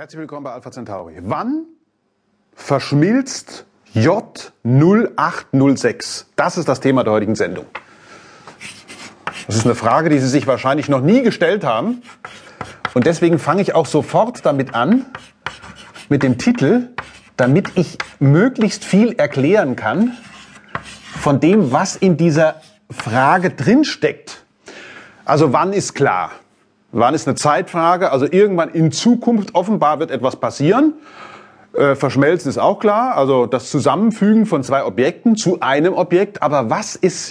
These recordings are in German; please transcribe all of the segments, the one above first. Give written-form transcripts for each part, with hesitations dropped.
Herzlich willkommen bei Alpha Centauri. Wann verschmilzt J0806? Das ist das Thema der heutigen Sendung. Das ist eine Frage, die Sie sich wahrscheinlich noch nie gestellt haben. Und deswegen fange ich auch sofort damit an, mit dem Titel, damit ich möglichst viel erklären kann von dem, was in dieser Frage drinsteckt. Also wann ist klar? Wann ist eine Zeitfrage? Also irgendwann in Zukunft offenbar wird etwas passieren. Verschmelzen ist auch klar, also das Zusammenfügen von zwei Objekten zu einem Objekt. Aber was ist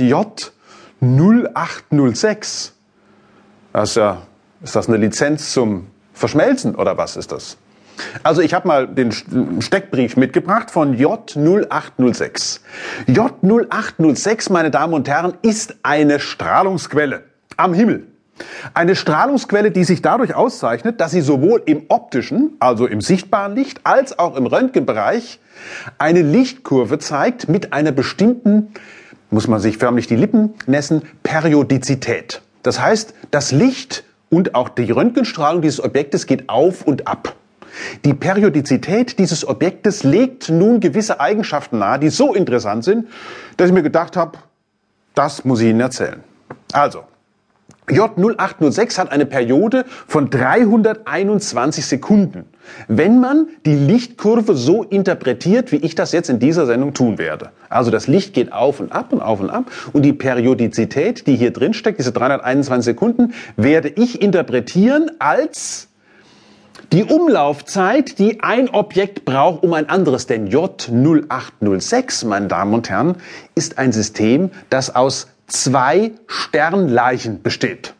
J0806? Ist das eine Lizenz zum Verschmelzen oder was ist das? Also ich habe mal den Steckbrief mitgebracht von J0806. J0806, meine Damen und Herren, ist eine Strahlungsquelle am Himmel. Eine Strahlungsquelle, die sich dadurch auszeichnet, dass sie sowohl im optischen, also im sichtbaren Licht, als auch im Röntgenbereich eine Lichtkurve zeigt mit einer bestimmten, muss man sich förmlich die Lippen nässen, Periodizität. Das heißt, das Licht und auch die Röntgenstrahlung dieses Objektes geht auf und ab. Die Periodizität dieses Objektes legt nun gewisse Eigenschaften nahe, die so interessant sind, dass ich mir gedacht habe, das muss ich Ihnen erzählen. Also, J0806 hat eine Periode von 321 Sekunden, wenn man die Lichtkurve so interpretiert, wie ich das jetzt in dieser Sendung tun werde. Also das Licht geht auf und ab und auf und ab und die Periodizität, die hier drin steckt, diese 321 Sekunden, werde ich interpretieren als die Umlaufzeit, die ein Objekt braucht, um ein anderes. Denn J0806, meine Damen und Herren, ist ein System, das aus zwei Sternleichen besteht.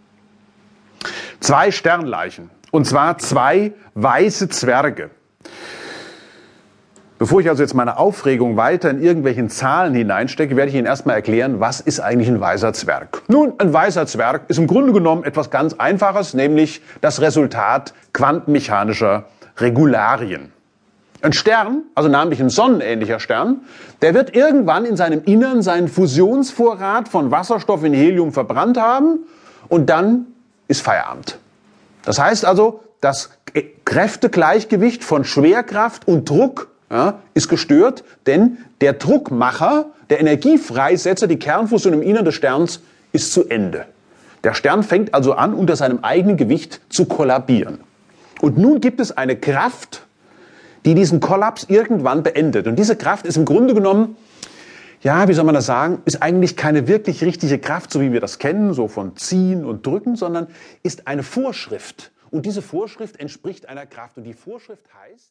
Zwei Sternleichen. Und zwar zwei weiße Zwerge. Bevor ich also jetzt meine Aufregung weiter in irgendwelchen Zahlen hineinstecke, werde ich Ihnen erstmal erklären, was ist eigentlich ein weißer Zwerg. Nun, ein weißer Zwerg ist im Grunde genommen etwas ganz Einfaches, nämlich das Resultat quantenmechanischer Regularien. Ein Stern, also namentlich ein sonnenähnlicher Stern, der wird irgendwann in seinem Innern seinen Fusionsvorrat von Wasserstoff in Helium verbrannt haben und dann ist Feierabend. Das heißt also, das Kräftegleichgewicht von Schwerkraft und Druck ist gestört, denn der Druckmacher, der Energiefreisetzer, die Kernfusion im Innern des Sterns ist zu Ende. Der Stern fängt also an, unter seinem eigenen Gewicht zu kollabieren. Und nun gibt es eine Kraft, die diesen Kollaps irgendwann beendet. Und diese Kraft ist im Grunde genommen, ja, wie soll man das sagen, ist eigentlich keine wirklich richtige Kraft, so wie wir das kennen, so von Ziehen und Drücken, sondern ist eine Vorschrift. Und diese Vorschrift entspricht einer Kraft. Und die Vorschrift heißt...